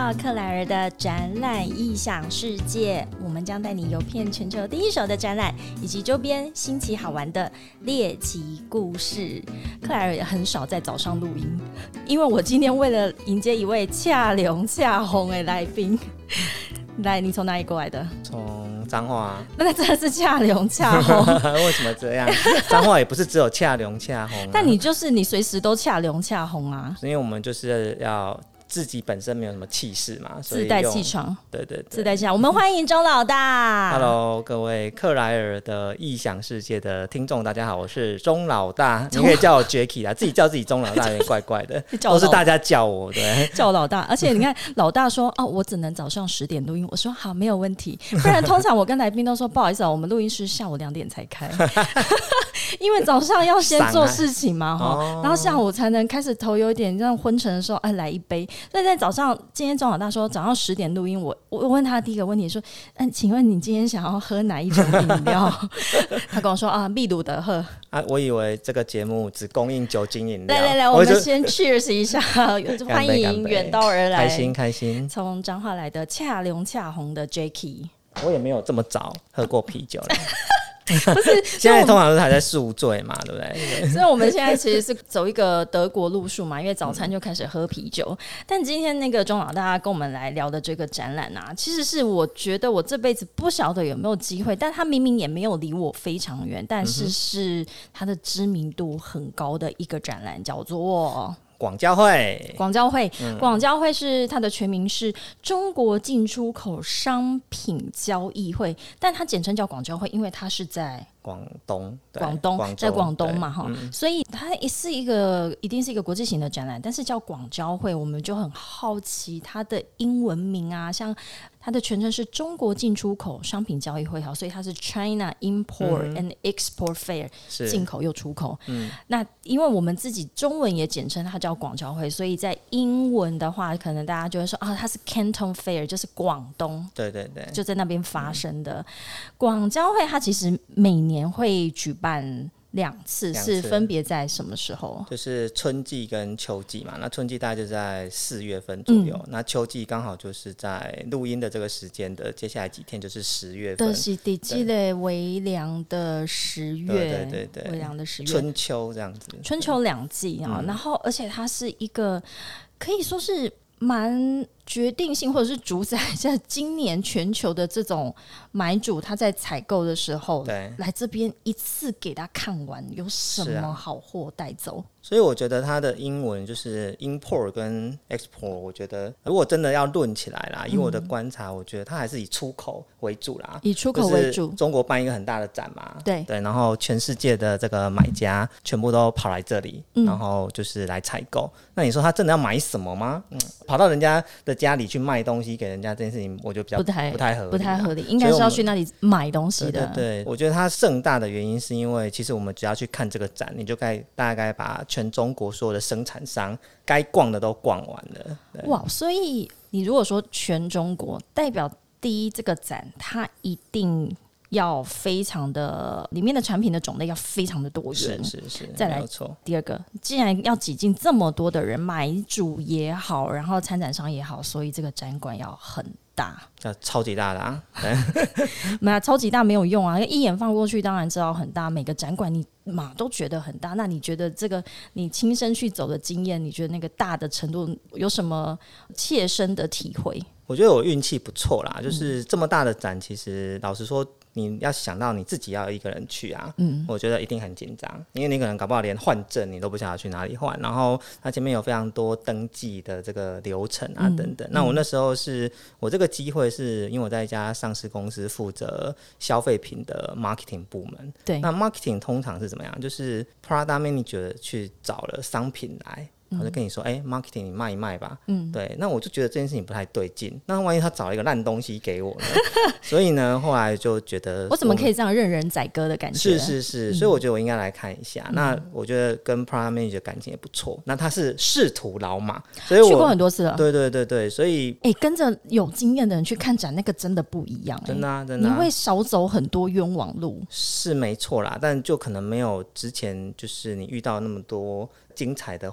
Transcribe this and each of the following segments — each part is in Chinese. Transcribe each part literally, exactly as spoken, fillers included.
到克莱尔的展览异想世界，我们将带你游遍全球第一手的展览以及周边新奇好玩的猎奇故事。克莱尔也很少在早上录音，因为我今天为了迎接一位恰龙恰红的来宾。来，你从哪里过来的？ 从彰化、啊。 那真的是恰龙恰红。 为什么这样？彰化也不是只有恰龙恰红、啊， 但你就是你随时都恰龙恰红啊。 因为我们就是要自己本身没有什么气势嘛，所以自带气场。 对对对， 自带气场。我们欢迎钟老大。 Hello， 各位克莱尔的异想世界的听众，大家好，我是钟老大。你可以叫我 Jacky 啦，自己叫自己钟老大有点怪怪的，都是大家叫我对， 叫我老大。而且你看，老大说哦，我只能早上十点录音。我说好，没有问题。不然通常我跟来宾都说不好意思啊，我们录音室下午两点才开。因为早上要先做事情嘛，哦、然后下午才能开始头有点这样昏沉的时候，哎，来一杯。所以在早上，今天钟老大说早上十点录音，我我问他第一个问题说，嗯，请问你今天想要喝哪一种饮料？他跟我说啊，秘鲁的喝。 啊，我以为这个节目只供应酒精饮料。 来来来，我们先 cheers 一下，欢迎远道而来， 开心开心， 从彰化来的恰龙恰红的 Jacky。 我也没有这么早喝过啤酒了。 不是， 现在通常都还在宿醉嘛，对不对？ 所以我们现在其实是走一个德国路数嘛，因为早餐就开始喝啤酒。嗯、但今天那个钟老大跟我们来聊的这个展览啊，其实是我觉得我这辈子不晓得有没有机会，但他明明也没有离我非常远，但是是他的知名度很高的一个展览，叫做广交会。 广交会，广交会是它的全名是中国进出口商品交易会，但它简称叫广交会，因为它是在广东， 广东在广东嘛，哈、嗯，所以它是一个一定是一个国际型的展览，但是叫广交会，我们就很好奇它的英文名啊，像它的全称是中国进出口商品交易会，所以它是 China Import and Export Fair，、嗯、进口又出口。嗯，那因为我们自己中文也简称它叫广交会，所以在英文的话，可能大家就会说啊，它是 Canton Fair， 就是广东， 对对对， 就在那边发生的。嗯、广交会它其实每年会举办两次，是分别在什么时候？就是春季跟秋季嘛。那春季大概就在四月份左右，嗯、那秋季刚好就是在录音的这个时间的接下来几天，就是十月份。 就是第几类微凉的十月， 对对对， 微凉的十月， 春秋这样子， 春秋两季啊、嗯。然后，而且它是一个可以说是蛮决定性或者是主宰在今年全球的这种买主，他在采购的时候来这边一次给他看完有什么好货带走、啊、 所以我觉得他的英文就是 import 跟 export， 我觉得如果真的要论起来啦，以我的观察，我觉得他还是以出口为主啦， 以出口为主、 就是、中国办一个很大的展嘛， 对对，然后全世界的这个买家全部都跑来这里、嗯、然后就是来采购。那你说他真的要买什么吗？嗯，跑到人家的家里去卖东西给人家这件事情，我觉得比较不太不太合理， 不太合理，应该是要去那里买东西的。 对对对，我觉得它盛大的原因是因为，其实我们只要去看这个展，你就该大概把全中国所有的生产商该逛的都逛完了。 哇，所以你如果说全中国，代表第一这个展它一定要非常的，里面的产品的种类要非常的多元， 是是是。 再来第二个，既然要挤进这么多的人，买主也好，然后参展商也好，所以这个展馆要很大， 要超级大的啊！ 没有超级大没有用啊，一眼放过去当然知道很大，每个展馆你嘛都觉得很大。那你觉得这个你亲身去走的经验，你觉得那个大的程度有什么切身的体会？ 我觉得我运气不错啦，就是这么大的展，其实老实说，你要想到你自己要一个人去啊，嗯，我觉得一定很紧张，因为你可能搞不好连换证你都不晓得去哪里换，然后它前面有非常多登记的这个流程啊等等。嗯、那我那时候是我这个机会是因为我在一家上市公司负责消费品的 marketing 部门，对，那 marketing 通常是怎么样？就是 product manager 去找了商品来。我就跟你说，哎、欸、，marketing 你卖一卖吧。嗯，对，那我就觉得这件事情不太对劲。那万一他找一个烂东西给我呢？所以呢，后来就觉得我怎么可以这样任人宰割的感觉？ 是是是，嗯、所以我觉得我应该来看一下。嗯、那我觉得跟 product manager 感情也不错。那他是仕途老马，所以我去过很多次了。 对对对对，所以哎、欸，跟着有经验的人去看展，那个真的不一样、欸。 真的啊，真的、啊， 你会少走很多冤枉路。 是没错啦，但就可能没有之前就是你遇到那么多精彩的画面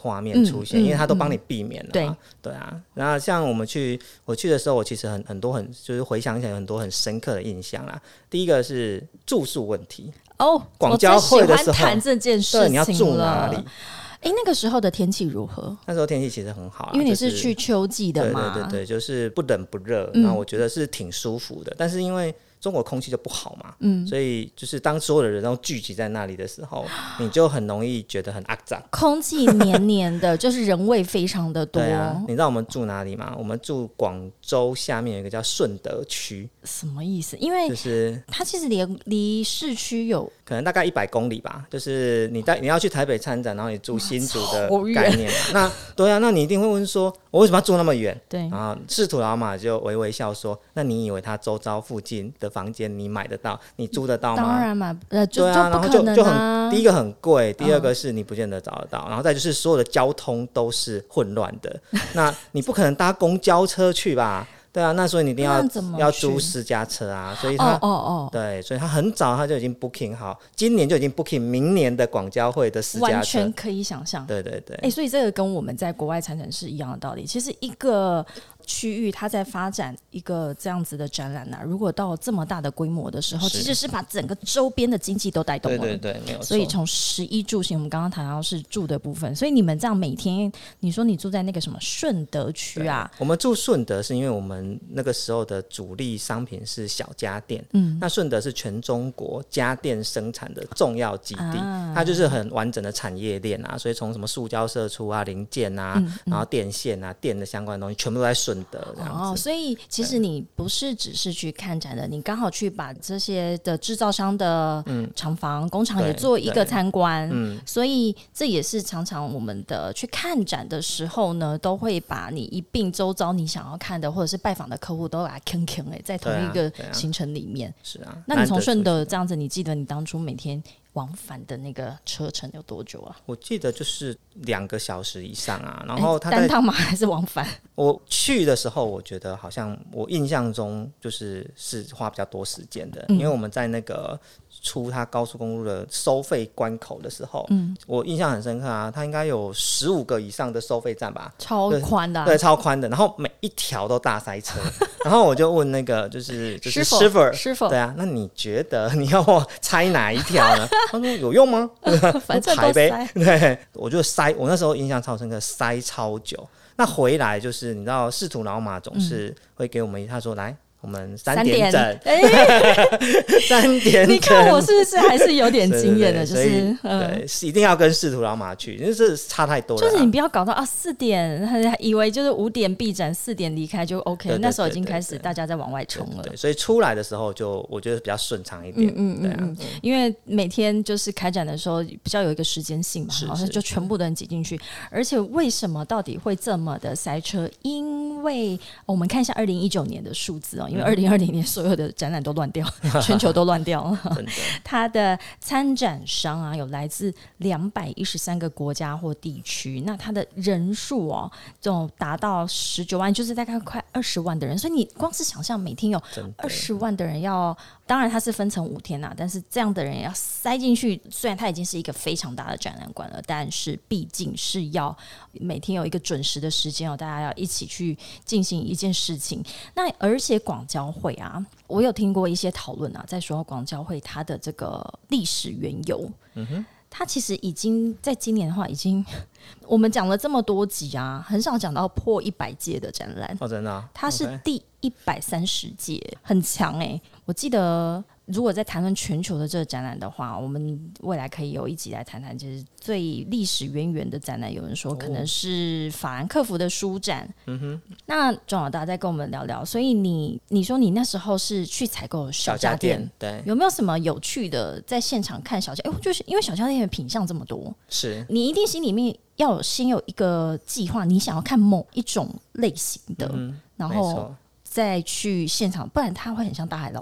会出现，嗯嗯、因为它都帮你避免了嘛。 对对啊，然后像我们去我去的时候，我其实很很多很就是回想起来有很多很深刻的印象啦。第一个是住宿问题哦， 广交会的时候我最喜欢谈这件事情了。 对，你要住哪里？ 哎、欸，那个时候的天气如何？ 那时候天气其实很好、啊， 因为你是去秋季的嘛。 对对对对，就是不冷不热，然后我觉得是挺舒服的。嗯、但是因为中国空气就不好嘛，嗯，所以就是当所有的人都聚集在那里的时候，你就很容易觉得很肮脏， 空气黏黏的，就是人味非常的多。 对啊，你知道我们住哪里吗？我们住广州下面有一个叫顺德区。 什么意思？因为就是它其实离离市区有可能大概一百公里吧。就是你在你要去台北参展，然后你住新竹的概念嘛。那对啊，那你一定会问说，我为什么要住那么远？ 对。 然后仕途老马就微微笑说：“那你以为他周遭附近的房间你买得到，你租得到吗？ 当然嘛，呃，就对啊， 就不可能啊， 然后就就很第一个很贵，第二个是你不见得找得到，嗯、然后再就是所有的交通都是混乱的，那你不可能搭公交车去吧？对啊，那所以你一定要要租私家车啊，所以他哦哦哦，对，所以他很早他就已经 booking 好，今年就已经 booking 明年的广交会的私家车， 完全可以想象。 对对对， 哎、欸，所以这个跟我们在国外参展是一样的道理。其实一个区域它在发展一个这样子的展览啊，如果到这么大的规模的时候，其实是把整个周边的经济都带动了。 对对对，没有错。 所以从食衣住行，我们刚刚谈到是住的部分，所以你们这样每天，你说你住在那个什么顺德区啊？ 我们住顺德是因为我们那个时候的主力商品是小家电，嗯，那顺德是全中国家电生产的重要基地，啊、它就是很完整的产业链啊，所以从什么塑胶射出啊、零件啊，嗯嗯、然后电线啊、电的相关的东西，全部都在顺德这样子。 哦，所以其实你不是只是去看展的，你刚好去把这些的制造商的厂房、嗯、工厂也做一个参观，嗯，所以这也是常常我们的去看展的时候呢，都会把你一并周遭你想要看的或者是拜访的客户都把它坑坑哎，在同一个行程里面。 是啊， 那你从顺德这样子，你记得你当初每天往返的那个车程有多久啊？ 我记得就是两个小时以上啊。然后他单趟吗？还是往返？ 我去的时候，我觉得好像我印象中就是是花比较多时间的，嗯、因为我们在那个出它高速公路的收费关口的时候，嗯，我印象很深刻啊，它应该有十五个以上的收费站吧， 超宽的、啊， 对，超宽的，然后每一条都大塞车。然后我就问那个就是就是师傅师傅， 对啊，那你觉得你要我猜哪一条呢？他说有用吗？ 反正都塞。 对，我就塞，我那时候印象超深刻，塞超久。那回来就是你知道，仕途老马总是会给我们，他说来。我们三点整，哎，三点整， 你看我是不是还是有点经验的？就是对，嗯、是一定要跟仕途老马去，因为这差太多了。 就是你不要搞到啊四点，以为就是五点闭展，四点离开就 OK， 对对对对对，那时候已经开始大家在往外冲了。对对对， 所以出来的时候就我觉得比较顺畅一点，嗯嗯嗯，对啊，嗯， 因为每天就是开展的时候比较有一个时间性嘛，好像就全部的人挤进去，而且为什么到底会这么的塞车？因为我们看一下二零一九年的数字哦。因为二零二零年所有的展览都乱掉，全球都乱掉了。它的参展商啊，有来自两百一十三个国家或地区，那它的人数哦，就达到十九万，就是大概快二十万的人。所以你光是想象每天有二十万的人要，当然它是分成五天啊，但是这样的人也要塞进去。虽然它已经是一个非常大的展览馆了，但是毕竟是要每天有一个准时的时间哦，大家要一起去进行一件事情。那而且广交会啊，我有听过一些讨论啊，在说广交会它的这个历史缘由，嗯哼，它其实已经在今年的话，已经我们讲了这么多集啊，很少讲到破一百届的展览哦，真的、啊， 它是第一百三十届，很强哎、欸。我记得如果在谈论全球的这个展览的话，我们未来可以有一集来谈谈，就是最历史渊源的展览。有人说可能是法兰克福的书展，嗯哼。那庄老大再跟我们聊聊。所以你你说你那时候是去采购小家电， 小家电，对， 有没有什么有趣的在现场看小家？哎、欸，就是因为小家电的品项这么多， 是你一定心里面要有先有一个计划，你想要看某一种类型的，嗯、然后再去现场，不然它会很像大海捞针。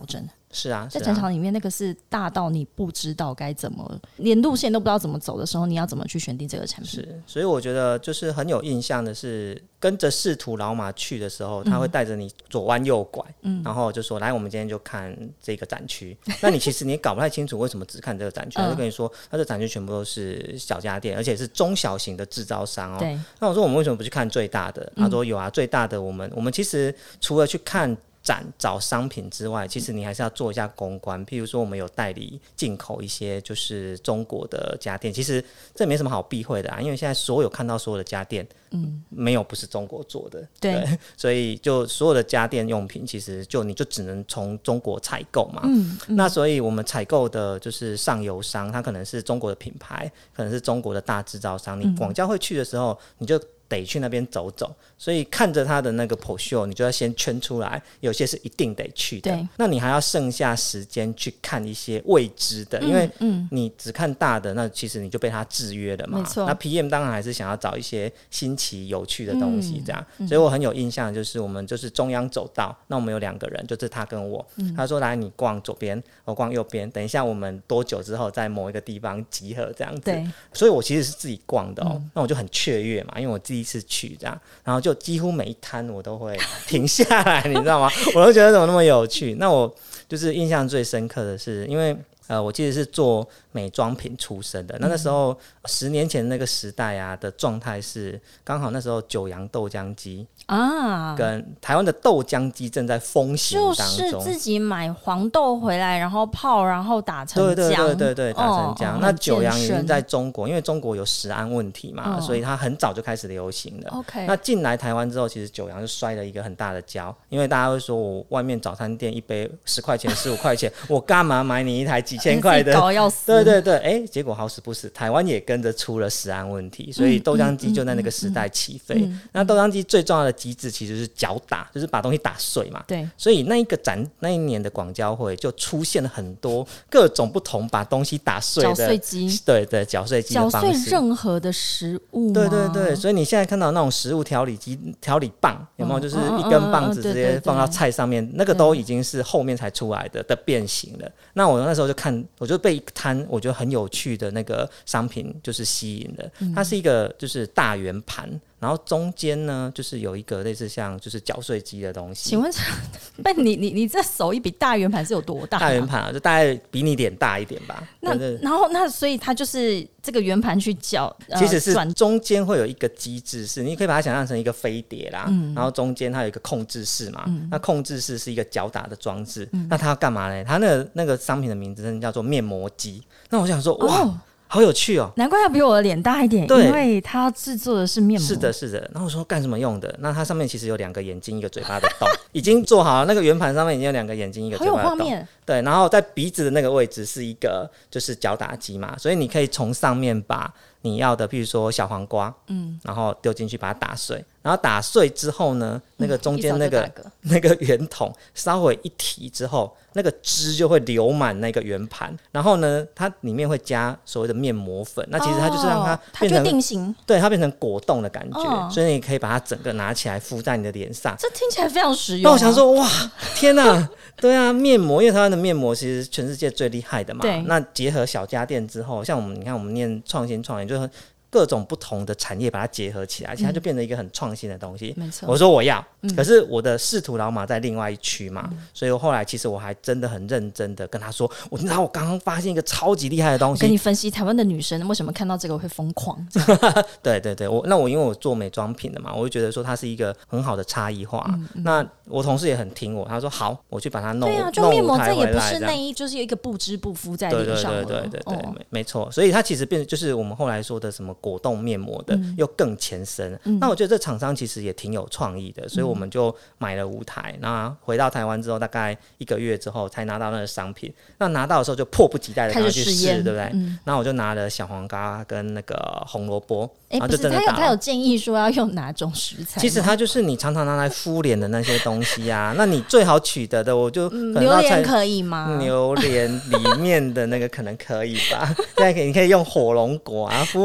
是啊， 在展场里面那个是大到你不知道该怎么，连路线都不知道怎么走的时候，你要怎么去选定这个产品？ 是，所以我觉得就是很有印象的是，跟着视图老马去的时候，他会带着你左弯右拐，嗯，然后就说来，我们今天就看这个展区。那你其实你搞不太清楚为什么只看这个展区，他就跟你说，他这展区全部都是小家电，而且是中小型的制造商哦。 对。 那我说我们为什么不去看最大的？他说有啊，最大的我们我们其实除了去看展找商品之外，其实你还是要做一下公关。譬如说我们有代理进口一些就是中国的家电，其实这没什么好避讳的啊，因为现在所有看到所有的家电，嗯，没有不是中国做的， 对, 对，所以就所有的家电用品其实就你就只能从中国采购嘛，嗯嗯，那所以我们采购的就是上游商，它可能是中国的品牌，可能是中国的大制造商，你广交会去的时候你就得去那边走走，所以看着他的那个 P O show 你就要先圈出来，有些是一定得去的，那你还要剩下时间去看一些未知的，因为你只看大的，那其实你就被他制约了嘛，那 P M 当然还是想要找一些新奇有趣的东西这样、嗯嗯、所以我很有印象，就是我们就是中央走道，那我们有两个人，就是他跟我、嗯、他说来你逛左边我逛右边，等一下我们多久之后在某一个地方集合这样子，对，所以我其实是自己逛的哦、嗯、那我就很雀跃嘛，因为我自己第一次去这样，然后就几乎每一摊我都会停下来你知道吗我都觉得怎么那么有趣。那我就是印象最深刻的是因为呃，我记得是做美妆品出身的，那那时候、嗯、十年前那个时代啊的状态是刚好那时候九阳豆浆机啊，跟台湾的豆浆机正在风行当中， 就是自己买黄豆回来然后泡然后打成浆， 对对对对对，打成浆、哦、那九阳已经在中国，因为中国有食安问题嘛、哦、所以它很早就开始流行了、okay、那进来台湾之后其实九阳就摔了一个很大的跤，因为大家会说我外面早餐店一杯十块钱十五块钱我干嘛买你一台几千块的， 搞要死， 对对对，哎，结果好死不死台湾也跟着出了食安问题，所以豆浆机就在那个时代起飞、嗯嗯嗯嗯、那豆浆机最重要的机制其实是搅打，就是把东西打碎嘛，对，所以那一个展那一年的广交会就出现了很多各种不同把东西打碎的搅碎机， 对对，搅碎机的方式， 搅碎任何的食物吗？ 对对对，所以你现在看到那种食物调理机调理棒有没有、嗯、就是一根棒子直接放到菜上面、嗯嗯嗯、那个都已经是后面才出来的的变形了。那我那时候就看，我就被一摊我觉得很有趣的那个商品就是吸引了，它是一个就是大圆盘，然后中间呢就是有一个类似像就是搅碎机的东西。 请问那你你你这手一比大圆盘是有多大、啊、 大圆盘啊，就大概比你脸大一点吧。 那然后那所以它就是这个圆盘去搅、呃、 其实是中间会有一个机制，是你可以把它想象成一个飞碟啦、嗯、然后中间它有一个控制室嘛、嗯、那控制室是一个搅打的装置、嗯、那它要干嘛呢？它那个那个商品的名字叫做面膜机。那我想说哇、哦，好有趣哦， 难怪它比我的脸大一点，因为它制作的是面膜。 是的是的，然后我说干什么用的？那它上面其实有两个眼睛一个嘴巴的洞已经做好了，那个圆盘上面已经有两个眼睛一个嘴巴的洞，好有画面。对，然后在鼻子的那个位置是一个就是搅打机嘛，所以你可以从上面把你要的譬如说小黄瓜嗯，然后丢进去把它打碎，然后打碎之后呢那个中间那个、嗯、那个圆筒稍微一提之后，那个汁就会流满那个圆盘，然后呢它里面会加所谓的面膜粉，那其实它就是让它变成、哦、它就定型，对，它变成果冻的感觉、哦、所以你可以把它整个拿起来敷在你的脸上。 这听起来非常实用、啊、 那我想说哇天哪对啊，面膜因为台湾的面膜其实全世界最厉害的嘛，那结合小家电之后，像我们你看我们念创新创业就是各种不同的产业把它结合起来，其实它就变成一个很创新的东西、嗯、我说我要、嗯、可是我的视图老马在另外一区嘛、嗯、所以我后来其实我还真的很认真的跟他说，我知道我刚刚发现一个超级厉害的东西， 跟你分析台湾的女生为什么看到这个会疯狂对对对，我那我因为我做美妆品的嘛，我就觉得说它是一个很好的差异化、嗯嗯、那我同事也很听我，他说好我去把它弄， 对啊，就面膜这也不是内衣，就是有一个不织布敷在脸上了， 对对对对对对、哦、没, 没错，所以它其实变成就是我们后来说的什么果冻面膜的、嗯、又更前身、嗯、那我觉得这厂商其实也挺有创意的，所以我们就买了五台，那回到台湾之后大概一个月之后才拿到那个商品，那拿到的时候就迫不及待的赶快去试，对不对、嗯、那我就拿了小黄瓜跟那个红萝卜， 哎、欸，不是，他有他有建议说要用哪种食材？ 其实它就是你常常拿来敷脸的那些东西啊。那你最好取得的，我就嗯、榴莲可以吗？ 榴莲里面的那个可能可以吧。现在可以，你可以用火龙果啊，敷完之后就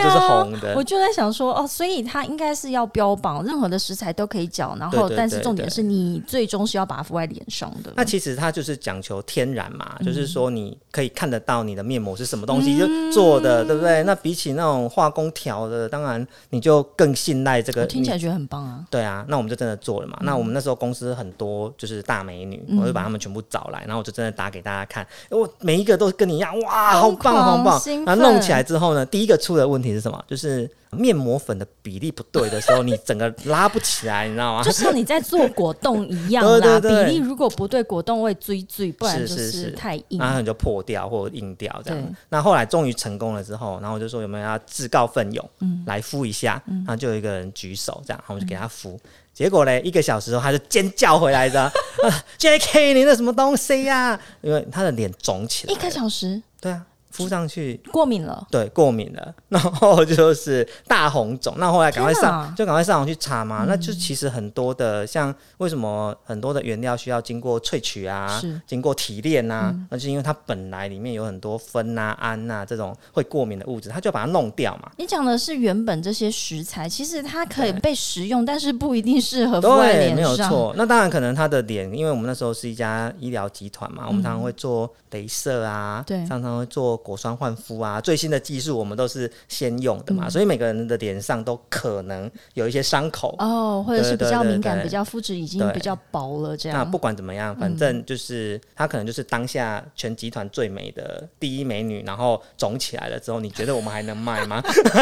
就是红的。 我就在想说，哦，所以它应该是要标榜任何的食材都可以搅，然后对对对对， 但是重点是你最终是要把它敷在脸上的。 那其实它就是讲求天然嘛、嗯，就是说你可以看得到你的面膜是什么东西就做的、嗯，对不对？那比起那种化工调的，当然你就更信赖这个。我听起来觉得很棒啊。 对啊，那我们就真的做了嘛。嗯、那我们那时候公司很多就是大美女，嗯、我就把她们全部找来，然后我就真的打给大家看，我每一个都跟你一样，哇，好棒好棒！然后弄起来之后呢，第一个出的问题是什么？就是面膜粉的比例不对的时候，你整个拉不起来，你知道吗？ 就像你在做果冻一样啦，对对对，比例如果不对，果冻会追追，不然就是太硬， 然后你就破掉或者硬掉这样。那后来终于成功了之后，然后我就说有没有要自告奋勇、嗯、来敷一下、嗯，然后就有一个人举手这样，然后我就给他敷。嗯，结果嘞，一个小时后他就尖叫回来的、啊、J K 你那什么东西呀、啊？因为他的脸肿起来。 一个小时？ 对啊。敷上去过敏了， 对，过敏了，然后就是大红肿。那后来赶快上，就赶快上网去查嘛、嗯。那就其实很多的，像为什么很多的原料需要经过萃取啊，经过提炼啊，那、嗯、就是因为它本来里面有很多酚啊、胺啊这种会过敏的物质，它就把它弄掉嘛。 你讲的是原本这些食材，其实它可以被食用，但是不一定适合敷在脸上。对， 没有错。那当然可能它的脸，因为我们那时候是一家医疗集团嘛，我们常常会做雷射啊，对、嗯，常常会做果酸焕肤啊，最新的技术我们都是先用的嘛、嗯，所以每个人的脸上都可能有一些伤口哦，或者是比较敏感，比较肤质已经比较薄了这样。 那不管怎么样，反正就是她、嗯、可能就是当下全集团最美的第一美女，然后肿起来了之后，你觉得我们还能卖吗？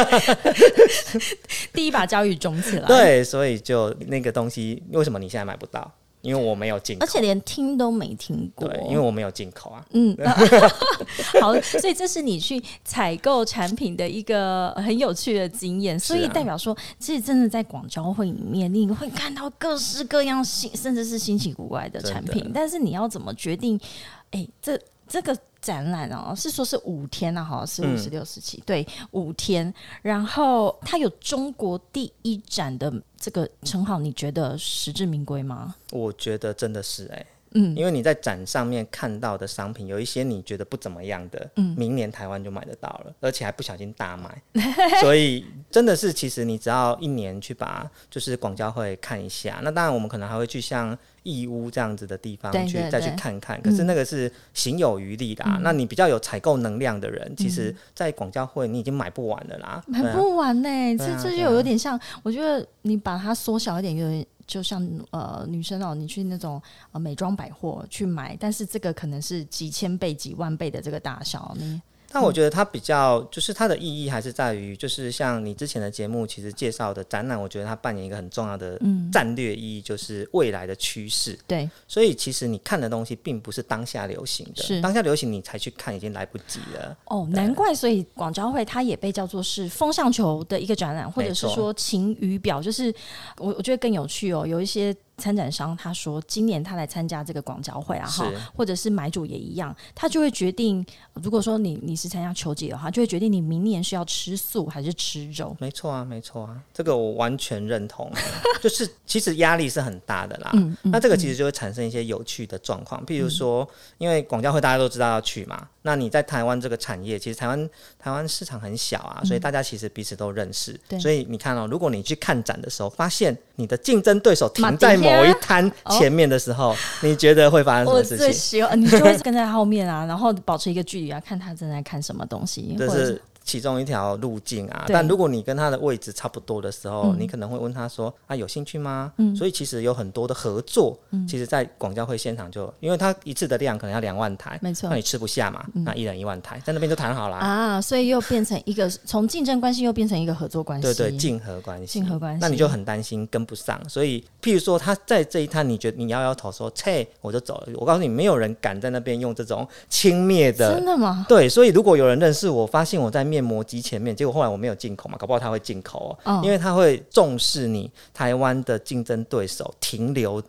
第一把交椅肿起来， 对，所以就那个东西为什么你现在买不到？因为我没有进口， 而且连听都没听过。 对，因为我没有进口啊。 嗯，好，所以这是你去采购产品的一个很有趣的经验。所以代表说，其实真的在广交会里面，你会看到各式各样新，甚至是新奇古怪的产品。但是你要怎么决定？哎、欸，这这个展览哦，是说是五天啊，好，十五、十六、十七，对，五天。然后它有中国第一展的这个称号，你觉得实至名归吗？ 我觉得真的是哎、欸。嗯，因为你在展上面看到的商品有一些你觉得不怎么样的，嗯，明年台湾就买得到了，而且还不小心大卖，所以真的是其实你只要一年去把就是广交会看一下，那当然我们可能还会去像义乌这样子的地方去对对对再去看看，可是那个是行有余力的、啊嗯、那你比较有采购能量的人，其实在广交会你已经买不完了啦， 买不完呢、欸啊、这这就有点像、啊、我觉得你把它缩小一点有点就像呃女生哦，你去那种呃美妆百货去买，但是这个可能是几千倍、几万倍的这个大小，你。 但我觉得它比较就是它的意义还是在于就是像你之前的节目其实介绍的展览，我觉得它扮演一个很重要的战略意义，就是未来的趋势。对，所以其实你看的东西并不是当下流行的，是当下流行你才去看已经来不及了。 哦，难怪所以广交会它也被叫做是风向球的一个展览，或者是说晴雨表，就是我我觉得更有趣哦，有一些参展商他说今年他来参加这个广交会啊，或者是买主也一样，他就会决定如果说你你是参加球季的话，就会决定你明年是要吃素还是吃肉。 没错啊没错啊，这个我完全认同就是其实压力是很大的啦、嗯嗯、那这个其实就会产生一些有趣的状况，譬如说、嗯、因为广交会大家都知道要去嘛，那你在台湾这个产业其实台湾台湾市场很小啊，所以大家其实彼此都认识、嗯、所以你看哦，如果你去看展的时候发现你的竞争对手停在某一摊前面的时候、哦、你觉得会发生什么事情？ 我最喜欢你就会跟在后面啊然后保持一个距离啊，看他正在看什么东西， 这是其中一条路径啊。但如果你跟他的位置差不多的时候、嗯、你可能会问他说啊有兴趣吗、嗯、所以其实有很多的合作、嗯、其实在广交会现场就因为他一次的量可能要两万台，没错，那你吃不下嘛、嗯、那一人一万台在那边就谈好了啊，所以又变成一个从竞争关系又变成一个合作关系， 对对，竞合关系， 竞合关系， 那你就很担心跟不上，所以譬如说他在这一摊你觉得你摇摇头说切我就走了，我告诉你没有人敢在那边用这种轻蔑的， 真的吗？ 对，所以如果有人认识我发现我在面膜机前面，结果后来我没有进口嘛，搞不好他会进口、哦哦、因为他会重视你台湾的竞争对手停留的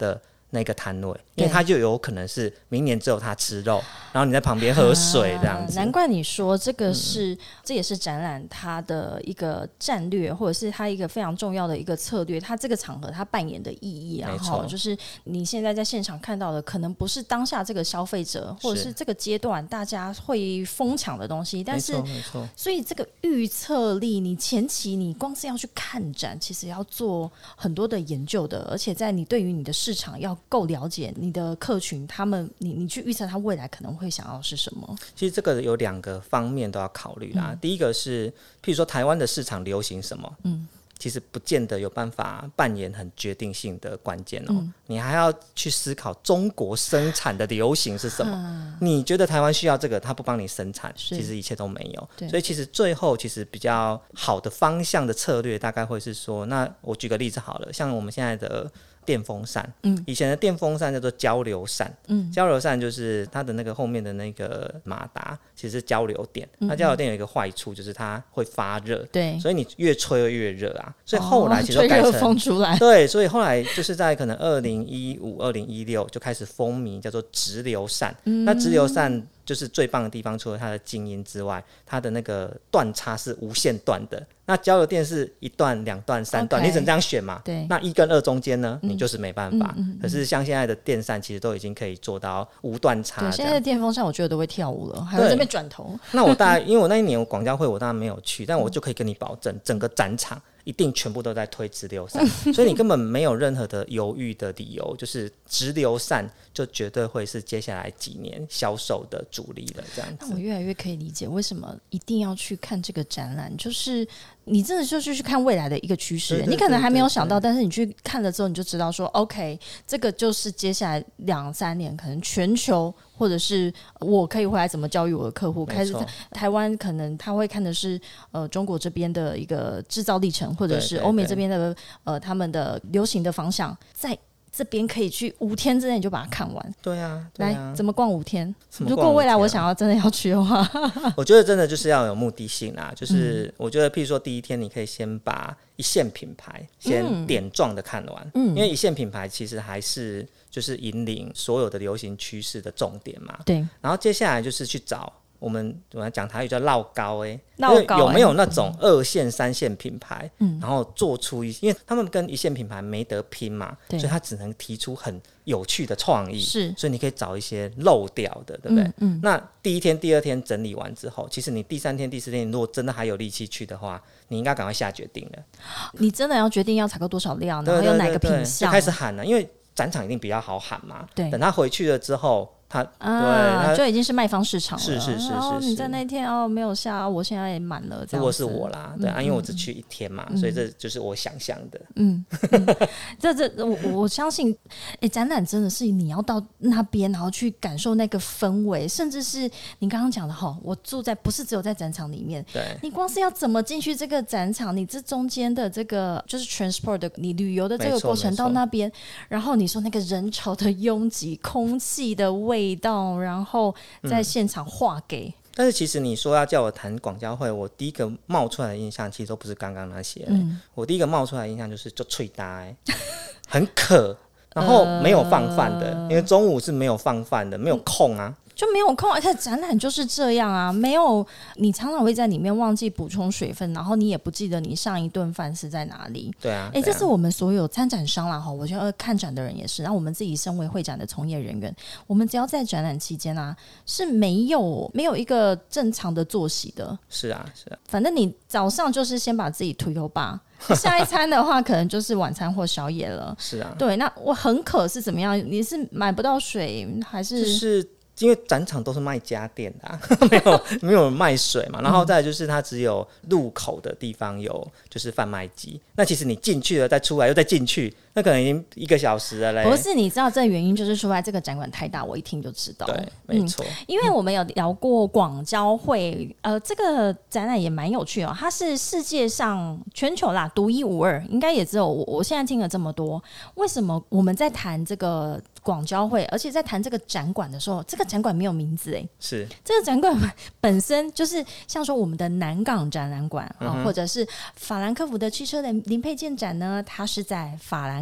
那个摊位，因为他就有可能是明年只有他吃肉，然后你在旁边喝水这样子、 啊、难怪你说这个是、嗯、这也是展览它的一个战略，或者是它一个非常重要的一个策略，它这个场合它扮演的意义啊，就是你现在在现场看到的可能不是当下这个消费者或者是这个阶段大家会疯抢的东西，但是没错， 所以这个预测力你前期你光是要去看展其实要做很多的研究的，而且在你对于你的市场要够了解你的客群，他们 你, 你去预测他未来可能会想要是什么。 其实这个有两个方面都要考虑啦、嗯、第一个是譬如说台湾的市场流行什么，嗯，其实不见得有办法扮演很决定性的关键哦、嗯，你还要去思考中国生产的流行是什么、嗯、你觉得台湾需要这个，他不帮你生产，其实一切都没有。所以其实最后其实比较好的方向的策略大概会是说，那我举个例子好了，像我们现在的电风扇、嗯、以前的电风扇叫做交流扇、嗯、交流扇就是它的那个后面的那个马达其实是交流电、嗯、那交流电有一个坏处就是它会发热， 对， 所以你越吹会越热啊，所以后来其实都改成、哦、 吹热风出来， 对，所以后来就是在可能二零一五、二零一六就开始风靡叫做直流扇、嗯、那直流扇就是最棒的地方，除了它的静音之外，它的那个断差是无限段的。那交流电是一段、两段、三段， okay, 你只能这样选嘛？ 对。 那一跟二中间呢，嗯、你就是没办法、 嗯嗯嗯。 可是像现在的电扇，其实都已经可以做到无断差。 对，现在的电风扇我觉得都会跳舞了，还会这边转头。 那我大概因为我那一年我广交会我当然没有去，但我就可以跟你保证，整个展场一定全部都在推直流扇，所以你根本没有任何的犹豫的理由，就是直流扇就绝对会是接下来几年销售的主力了。这样子， 那我越来越可以理解为什么一定要去看这个展览，就是你真的就是去看未来的一个趋势，你可能还没有想到，但是你去看了之后，你就知道说 ，OK， 这个就是接下来两三年可能全球。或者是我可以回来怎么教育我的客户，开始台湾可能他会看的是呃中国这边的一个制造历程，或者是欧美这边的呃他们的流行的方向，在这边可以去五天之内你就把它看完。 对啊，对啊， 来怎么逛五天？如果未来我想要真的要去的话， 我觉得真的就是要有目的性啦。就是我觉得，譬如说第一天，你可以先把一线品牌先点状的看完，嗯，因为一线品牌其实还是就是引领所有的流行趋势的重点嘛。 对， 然后接下来就是去找。我们我们讲台语叫绕高哎，有没有那种二线、三线品牌，嗯、然后做出一，因为他们跟一线品牌没得拼嘛，所以他只能提出很有趣的创意， 是， 所以你可以找一些漏掉的，对不对？嗯嗯、那第一天、第二天整理完之后，其实你第三天、第四天，如果真的还有力气去的话，你应该赶快下决定了。 你真的要决定要采购多少量，然后有哪个品项， 就开始喊了，因为展场一定比较好喊嘛。 对， 等他回去了之后。他啊，就已经是卖方市场了。 是是是是是。然后你在那天哦没有下，我现在也满了。 如果是我啦，对啊，嗯、因为我只去一天嘛、嗯，所以这就是我想象的。 嗯，嗯这这我我相信，哎、欸，展览真的是你要到那边，然后去感受那个氛围，甚至是你刚刚讲的哈，我住在不是只有在展场里面， 对， 你光是要怎么进去这个展场，你这中间的这个就是 transport 的，你旅游的这个过程到那边，然后你说那个人潮的拥挤，空气的味。味道，然后在现场画给、嗯。 但是其实你说要叫我谈广交会，我第一个冒出来的印象其实都不是刚刚那些、欸嗯。我第一个冒出来的印象就是就脆呆、欸，很渴，然后没有放饭的、呃，因为中午是没有放饭的，没有空啊。 就没有空，而且展览就是这样啊，没有你常常会在里面忘记补充水分，然后你也不记得你上一顿饭是在哪里。 对啊， 哎、欸，这是我们所有参展商啦，我觉得看展的人也是，然后我们自己身为会展的从业人员，我们只要在展览期间啊，是没有没有一个正常的作息的。 是啊，是啊， 反正你早上就是先把自己推油吧。下一餐的话可能就是晚餐或宵夜了。 是啊， 对，那我很渴是怎么样？你是买不到水还是？ 就是因为展场都是卖家电的、啊，没有没有卖水嘛，然后再来就是它只有入口的地方有就是贩卖机，那其实你进去了再出来又再进去，那可能已经一个小时了嘞。 不是，你知道这个原因就是出来这个展馆太大，我一听就知道。 对，没错、嗯。 因为我们有聊过广交会，呃，这个展览也蛮有趣哦，它是世界上全球啦独一无二，应该也只有我。我现在听了这么多，为什么我们在谈这个广交会，而且在谈这个展馆的时候，这个展馆没有名字哎， 是这个展馆本身就是像说我们的南港展览馆、嗯、或者是法兰克福的汽车零零配件展呢，它是在法兰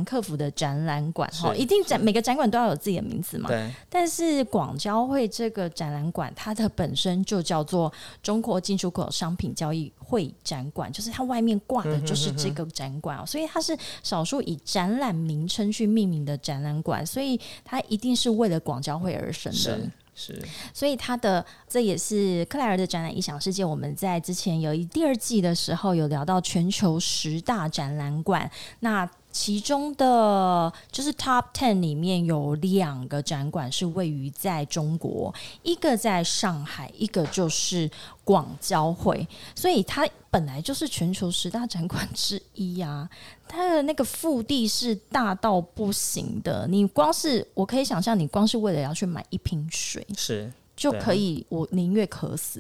克服的展览馆，一定展每个展馆都要有自己的名字嘛。 对。 但是广交会这个展览馆，它的本身就叫做中国进出口商品交易会展馆，就是它外面挂的就是这个展馆、哦、所以它是少数以展览名称去命名的展览馆，所以它一定是为了广交会而生的。 是是， 所以它的这也是克莱尔的展览异想世界，我们在之前有一第二季的时候有聊到全球十大展览馆，那其中的就是 Top Ten 里面有两个展馆是位于在中国，一个在上海，一个就是广交会，所以它本来就是全球十大展馆之一啊。它的那个腹地是大到不行的，你光是我可以想象，你光是为了要去买一瓶水， 是就可以，我宁愿渴死。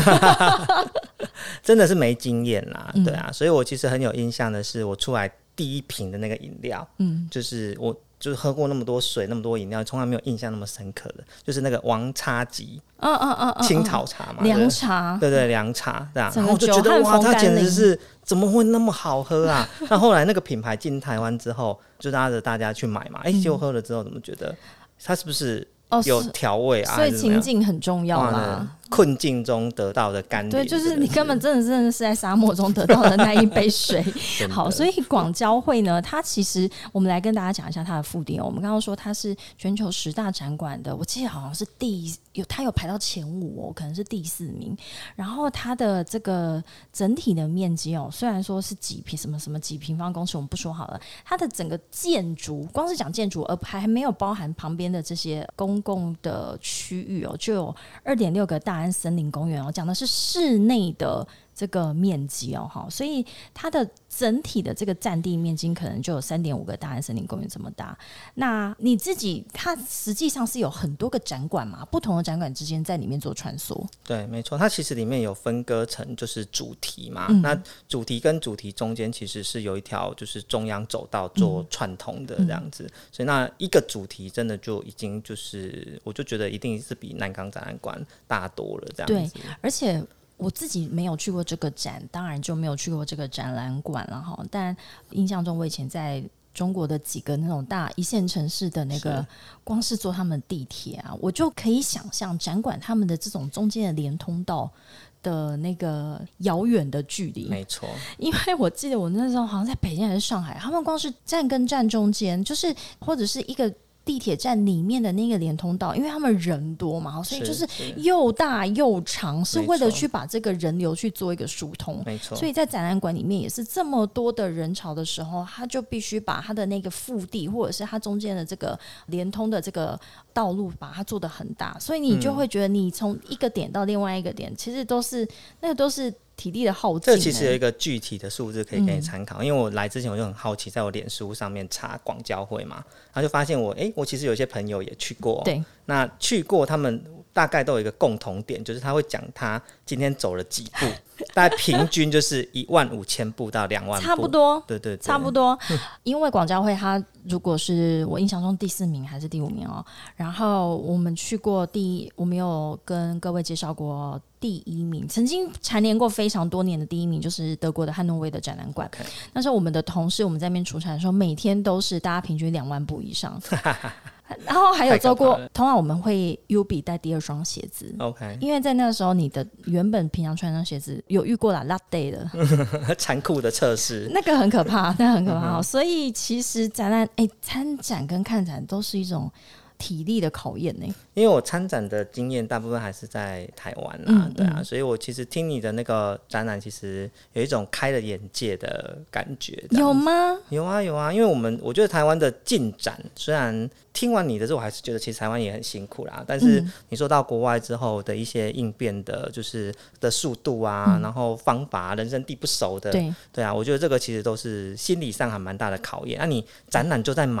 真的是没经验啦，对啊，所以我其实很有印象的是，我出来第一瓶的那个饮料，嗯，就是我就是喝过那么多水那么多饮料，从来没有印象那么深刻的，就是那个王叉吉，嗯嗯嗯嗯，青草茶嘛，凉茶，对对凉茶，这样，然后我就觉得哇，它简直是怎么会那么好喝啊？那后来那个品牌进台湾之后，就拉着大家去买嘛，哎、欸，结果喝了之后怎么觉得它是不是有调味啊？ 所以情境很重要啦。 困境中得到的甘霖， 对，就是你根本真的真的是在沙漠中得到的那一杯水。好，所以广交会呢，它其实我们来跟大家讲一下它的腹地。我们刚刚说它是全球十大展馆的，我记得好像是第有它有排到前五哦，可能是第四名。然后它的这个整体的面积哦，虽然说是几平什么什么几平方公尺，我们不说好了，它的整个建筑，光是讲建筑，而还没有包含旁边的这些公共的区域哦，就有二点六个大安森林公园哦，讲的是室内的这个面积哦，所以它的整体的这个占地面积可能就有 三点五 个大安森林公园这么大。那你自己它实际上是有很多个展馆嘛，不同的展馆之间在里面做穿梭。 对，没错，它其实里面有分割成就是主题嘛、嗯、那主题跟主题中间其实是有一条就是中央走道做串通的这样子、嗯、所以那一个主题真的就已经就是我就觉得一定是比南港展览馆大多了这样子。 对，而且我自己没有去过这个展，当然就没有去过这个展览馆了哈。但印象中，我以前在中国的几个那种大一线城市的那个，光是坐他们地铁啊，我就可以想象展馆他们的这种中间的连通道的那个遥远的距离。 没错， 因为我记得我那时候好像在北京还是上海，他们光是站跟站中间，就是或者是一个地铁站里面的那个连通道，因为他们人多嘛，所以就是又大又长，是为了去把这个人流去做一个疏通。 没错， 所以在展览馆里面也是这么多的人潮的时候，他就必须把他的那个腹地或者是他中间的这个连通的这个道路把它做得很大，所以你就会觉得你从一个点到另外一个点、嗯、其实都是那个都是体力的耗尽。 这其实有一个具体的数字可以给你参考、嗯、因为我来之前我就很好奇，在我脸书上面查广交会嘛，然后就发现我哎，我其实有些朋友也去过， 对， 那去过他们大概都有一个共同点，就是他会讲他今天走了几步，大概平均就是一万五千步到两万步， 差不多， 对对对， 差不多。因为广交会它如果是我印象中第四名还是第五名哦，然后我们去过第一，我们有跟各位介绍过第一名，曾经蝉联过非常多年的第一名就是德国的汉诺威的展览馆、okay. 那时候我们的同事我们在那边出差的时候，每天都是大家平均两万步以上然后还有做过，通常我们会 U B 带第二双鞋子 ，OK， 因为在那个时候你的原本平常穿的鞋子有遇过啦 Last Day 的残酷的测试， 那个很可怕，那个很可怕、嗯、所以其实展览哎，参展跟看展都是一种体力的考验呢。 因为我参展的经验大部分还是在台湾啦、嗯、对啊、嗯，所以我其实听你的那个展览，其实有一种开了眼界的感觉。 有吗？ 有啊有啊，因为我们我觉得台湾的进展，虽然听完你的之后，我还是觉得其实台湾也很辛苦啦，但是你说到国外之后的一些应变的就是的速度啊、嗯、然后方法，人生地不熟的，对对啊，我觉得这个其实都是心理上还蛮大的考验。那、啊、你展览就在忙了，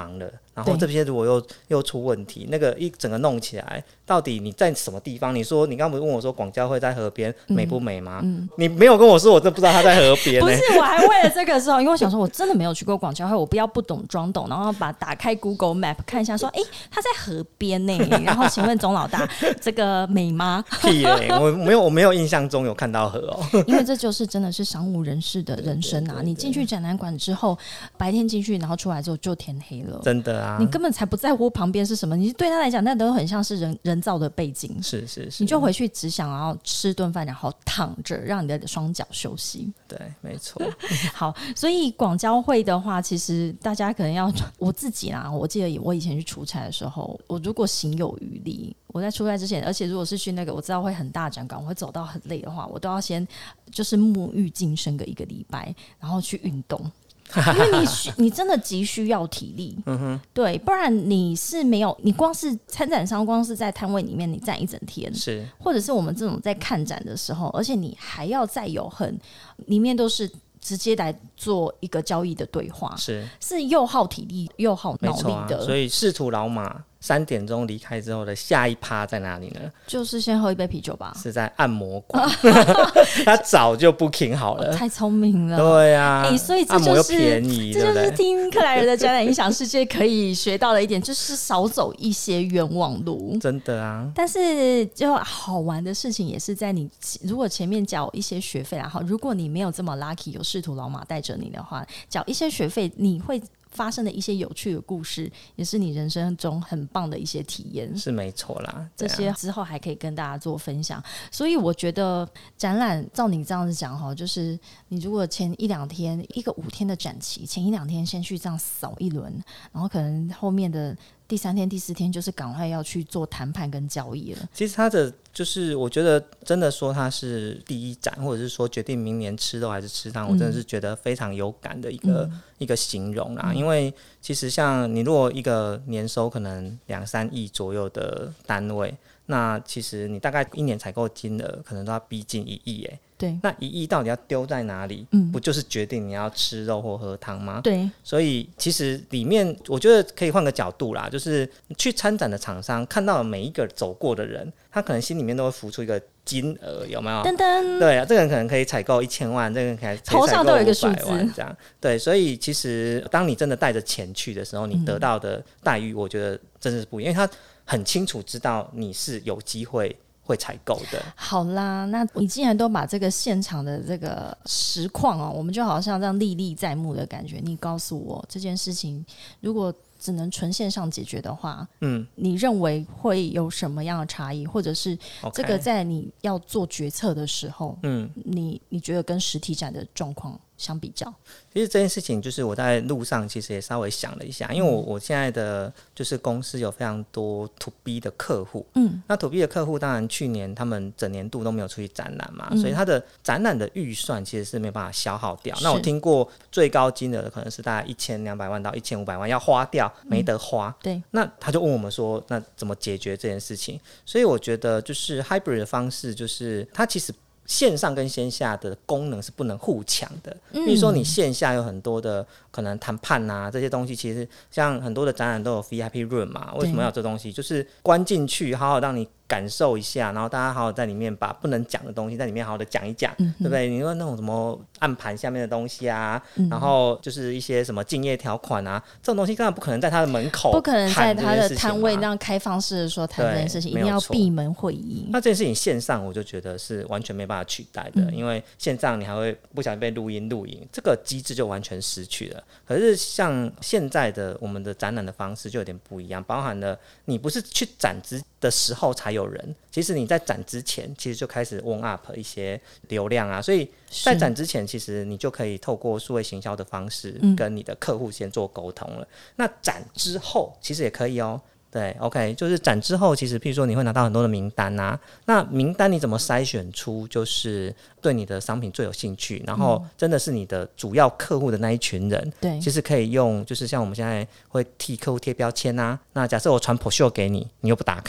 然后这些如果又又出问题，那个一整个弄起来，到底你在什么地方？你说你刚刚不是问我说广交会在河边、嗯、美不美吗、嗯？你没有跟我说，我真不知道它在河边、欸。 不是，我还为了这个时候，因为我想说我真的没有去过广交会，我不要不懂装懂，然后把打开 Google Map 看一下说，哎、欸，它在河边呢、欸。然后请问钟老大，这个美吗？ 屁嘞、欸，我没有我没有印象中有看到河哦。 因为这就是真的是商务人士的人生啊！对对对对，你进去展览馆之后，白天进去，然后出来之后就天黑了， 真的啊！ 你根本才不在乎旁边是什么，你对他来讲那都很像是人人造的背景， 是是是， 你就回去只想要吃顿饭，然后躺着，让你的双脚休息。 对，没错。 好，所以广交会的话，其实大家可能要我自己啦，我记得我以前去出差的时候，我如果行有余力，我在出差之前，而且如果是去那个我知道会很大展馆，我会走到很累的话，我都要先就是沐浴净身个一个礼拜，然后去运动。因为你你真的急需要体力，嗯哼，对，不然你是没有，你光是参展商，光是在摊位里面你站一整天， 是， 或者是我们这种在看展的时候，而且你还要再有很里面都是直接来做一个交易的对话， 是是又耗体力又耗脑力的， 啊、所以仕途老马三点钟离开之后的下一趴在哪里呢？ 就是先喝一杯啤酒吧， 是在按摩馆。他早就 booking 好了， 太聪明了。 对啊， 欸、所以这就是按摩又便宜， 这就是听克莱尔的展览影响世界可以学到的一点，就是少走一些冤枉路。 真的啊， 但是就好玩的事情也是在你如果前面缴一些学费，然后如果你没有这么 lucky 有仕途老马带着你的话，缴一些学费你会发生的一些有趣的故事，也是你人生中很棒的一些体验， 是没错啦。 这些之后还可以跟大家做分享。所以我觉得展览照你这样子讲哈，就是你如果前一两天一个五天的展期，前一两天先去这样扫一轮，然后可能后面的第三天第四天就是赶快要去做谈判跟交易了。 其实它的就是我觉得真的说它是第一展，或者是说决定明年吃肉还是吃汤、嗯、我真的是觉得非常有感的一个、嗯、一个形容啦、嗯、因为其实像你如果一个年收可能两三亿左右的单位，那其实你大概一年采购金额可能都要逼近一亿耶。 对， 那一亿到底要丢在哪里、嗯、不就是决定你要吃肉或喝汤吗？ 对， 所以其实里面我觉得可以换个角度啦，就是去参展的厂商看到每一个走过的人，他可能心里面都会浮出一个金额，有没有？ 噔噔，对啊，这个人可能可以采购一千万，这个人可以头上都有一个数字， 这样对。所以其实当你真的带着钱去的时候，你得到的待遇，我觉得真的是不一样，因为他很清楚知道你是有机会会采购的。 好啦，那你既然都把这个现场的这个实况哦，我们就好像这样历历在目的感觉，你告诉我这件事情如果只能纯线上解决的话，嗯，你认为会有什么样的差异，或者是这个在你要做决策的时候，嗯，你你觉得跟实体展的状况相比较？ 其实这件事情就是我在路上其实也稍微想了一下，因为我我现在的就是公司有非常多 to B 的客户，嗯，那 to B 的客户当然去年他们整年度都没有出去展览嘛、嗯、所以他的展览的预算其实是没有办法消耗掉。那我听过最高金额的可能是大概一千两百万到一千五百万要花掉，没得花、嗯、 对， 那他就问我们说那怎么解决这件事情。所以我觉得就是 hybrid 的方式，就是它其实线上跟线下的功能是不能互抢的。比如说你线下有很多的可能谈判啊这些东西，其实像很多的展览都有 V I P room 嘛，为什么要有这东西？就是关进去好好让你感受一下，然后大家好好在里面把不能讲的东西在里面好好的讲一讲、嗯、对不对？你说那种什么暗盘下面的东西啊、嗯、然后就是一些什么竞业条款啊，这种东西当然不可能在他的门口， 不可能在他的摊位那样开放式的说谈这件事情，一定要闭门会议。 那这件事情线上我就觉得是完全没办法取代的、嗯、因为线上你还会不小心被录音录影，这个机制就完全失去了。可是像现在的我们的展览的方式就有点不一样，包含了你不是去展之的时候才有人，其实你在展之前其实就开始 warm up 一些流量啊，所以在展之前其实你就可以透过数位行销的方式跟你的客户先做沟通了、嗯、那展之后其实也可以哦。对 OK， 就是展之后其实譬如说你会拿到很多的名单啊，那名单你怎么筛选出就是对你的商品最有兴趣，然后真的是你的主要客户的那一群人，对、嗯，其实可以用就是像我们现在会替客户贴标签啊，那假设我传 brochure 给你，你又不打开，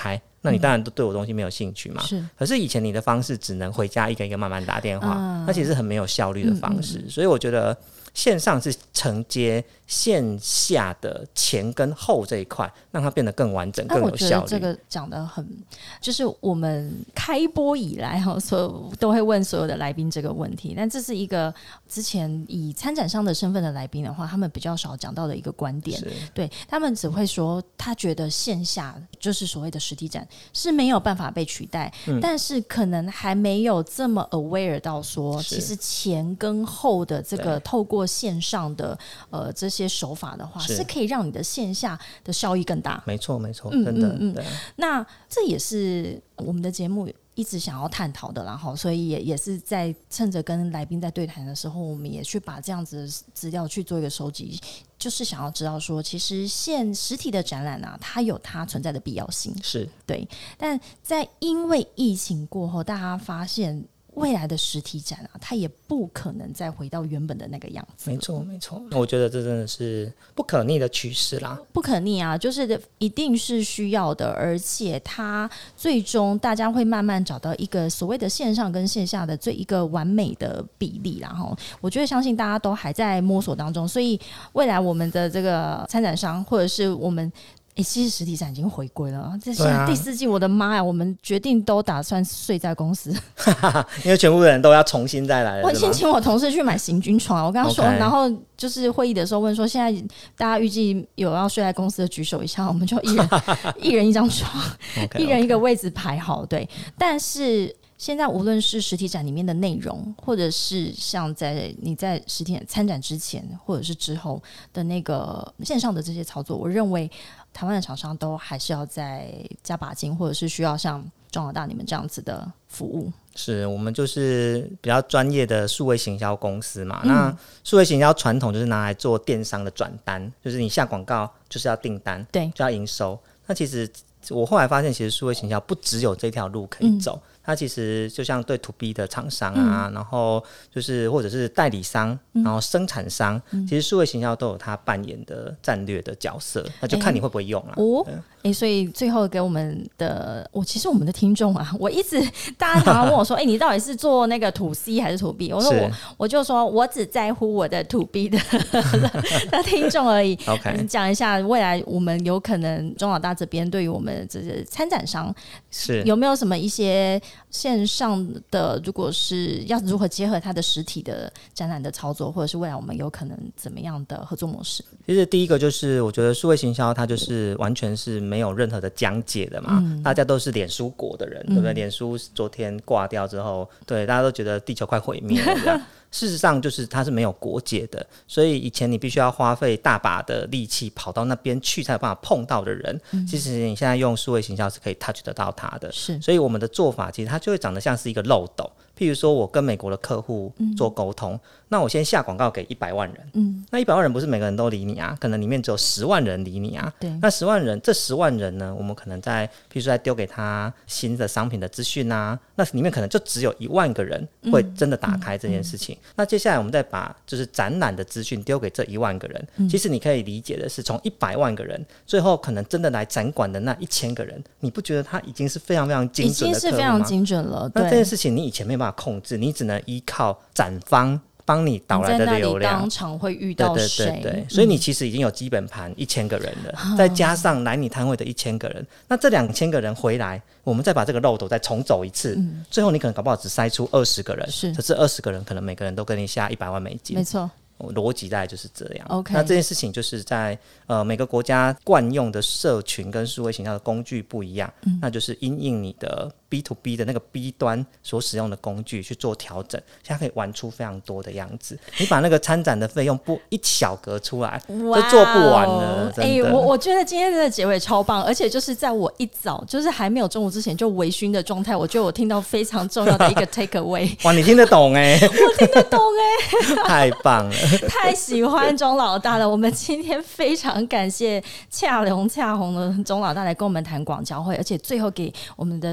那你当然都对我东西没有兴趣嘛。 是， 可是以前你的方式只能回家一个一个慢慢打电话，嗯、那其实是很没有效率的方式。嗯嗯嗯，所以我觉得线上是承接线下的前跟后这一块，让它变得更完整、更有效率。 我觉得这个讲得很，就是我们开播以来哈，所有都会问所有的来宾这个问题，但这是一个之前以参展商的身份的来宾的话，他们比较少讲到的一个观点。对，他们只会说，他觉得线下就是所谓的实体展是没有办法被取代，嗯、但是可能还没有这么 aware 到说，其实前跟后的这个透过线上的呃这些手法的话，是, 是可以让你的线下的效益更大。 没错没错，真的。嗯嗯嗯， 那这也是我们的节目一直想要探讨的，然后所以 也, 也是在趁着跟来宾在对谈的时候，我们也去把这样子的资料去做一个收集，就是想要知道说，其实现实体的展览啊，它有它存在的必要性， 是对。 但在因为疫情过后，大家发现未来的实体展啊，它也不可能再回到原本的那个样子。 没错没错，我觉得这真的是不可逆的趋势啦。 不可逆啊，就是一定是需要的，而且它最终大家会慢慢找到一个所谓的线上跟线下的最一个完美的比例，然后我觉得相信大家都还在摸索当中，所以未来我们的这个参展商或者是我们欸、其实实体展已经回归了，这现在第四季，我的妈呀！我们决定都打算睡在公司， 因为全部人都要重新再来了。 我已经请我同事去买行军床，我跟他说， okay. 然后就是会议的时候问说，现在大家预计有要睡在公司的举手一下，我们就一人一人一张床，okay, okay. 一人一个位置排好。对，但是现在无论是实体展里面的内容，或者是像在你在实体参展之前或者是之后的那个线上的这些操作，我认为台湾的厂商都还是要再加把劲，或者是需要像中老大你们这样子的服务。 是，我们就是比较专业的数位行销公司嘛、嗯、那数位行销传统就是拿来做电商的转单，就是你下广告就是要订单，对，就要营收。那其实我后来发现，其实数位行销不只有这条路可以走、嗯，它其实就像对 to B 的厂商啊、嗯、然后就是或者是代理商、嗯、然后生产商、嗯、其实数位行销都有它扮演的战略的角色，那就看你会不会用啦、啊哦欸、所以最后给我们的我其实我们的听众啊，我一直大家常常问我说哎、欸，你到底是做那个 to C 还是 to B？ 我说我我就说我只在乎我的 to B 的, 的听众而已。OK， 讲一下未来我们有可能中老大这边对于我们这些参展商是有没有什么一些线上的，如果是要如何结合它的实体的展览的操作，或者是未来我们有可能怎么样的合作模式？ 其实第一个就是我觉得数位行销它就是完全是没有任何的讲解的嘛、嗯、大家都是脸书国的人、嗯、对不对？脸书昨天挂掉之后，对，大家都觉得地球快毁灭了这样事实上就是它是没有国界的，所以以前你必须要花费大把的力气跑到那边去才有办法碰到的人、嗯、其实你现在用数位行销是可以 touch 得到它的，是，所以我们的做法其实它就会长得像是一个漏斗。譬如说我跟美国的客户做沟通、嗯、那我先下广告给一百万人、嗯、那一百万人不是每个人都理你啊，可能里面只有十万人理你啊，对，那十万人这十万人呢，我们可能在譬如说在丢给他新的商品的资讯啊，那里面可能就只有一万个人会真的打开这件事情、嗯嗯嗯、那接下来我们再把就是展览的资讯丢给这一万个人、嗯、其实你可以理解的是从一百万个人最后可能真的来展馆的那一千个人，你不觉得他已经是非常非常精准的客户吗？已经是非常精准了。那这件事情你以前没有办法控制，你只能依靠展方帮你导来的流量，你在那里当场会遇到谁？对对对对、嗯、所以你其实已经有基本盘一千个人了、嗯、再加上来你摊位的一千个人，那这两千个人回来，我们再把这个漏斗再重走一次、嗯、最后你可能搞不好只筛出二十个人，是，这二十个人可能每个人都跟你下一百万美金，没错，逻辑大概就是这样。Okay. 那这件事情就是在呃每个国家惯用的社群跟数位行销的工具不一样、嗯、那就是因应你的 B to B 的那个 B 端所使用的工具去做调整，现在可以玩出非常多的样子。你把那个参展的费用拨一小格出来、wow, 就做不完了，真的、欸、我, 我觉得今天的结尾超棒，而且就是在我一早就是还没有中午之前就微醺的状态，我觉得我听到非常重要的一个 take away 哇，你听得懂哎、欸、我听得懂哎、欸、太棒了太喜欢钟老大了。我们今天非常感谢恰龙恰红的钟老大来跟我们谈广交会，而且最后给我们的所有的听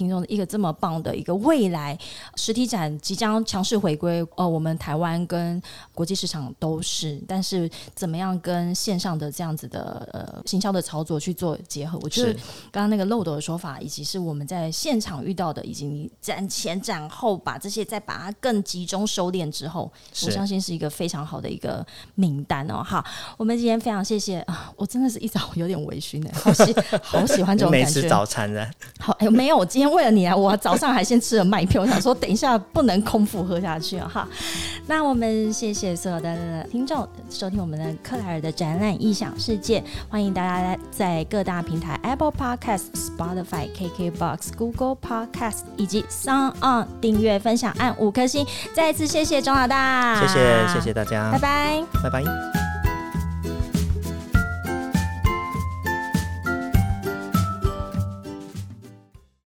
听众一个这么棒的一个未来实体展即将强势回归，呃，我们台湾跟国际市场都是，但是怎么样跟线上的这样子的呃行销的操作去做结合，我觉得刚刚那个漏斗的说法，以及是我们在现场遇到的，以及你展前展后把这些再把它更集中收敛之后，我相信是一个非常好的一个名单哦。好，我们今天非常谢谢啊，我真的是一早有点微醺的，好喜好喜欢这种感觉。 没吃早餐的， 好，哎，没有，我今天为了你来，我早上还先吃了麦片，我想说等一下不能空腹喝下去啊。哈，那我们谢谢所有的听众收听我们的克莱尔的展览异想世界，欢迎大家在各大平台 Apple Podcast、Spotify、K K Box、Google Podcast 以及 Sound On 订阅、分享、按五颗星。再一次谢谢钟老大， 谢谢谢谢大家， 拜拜， 拜拜。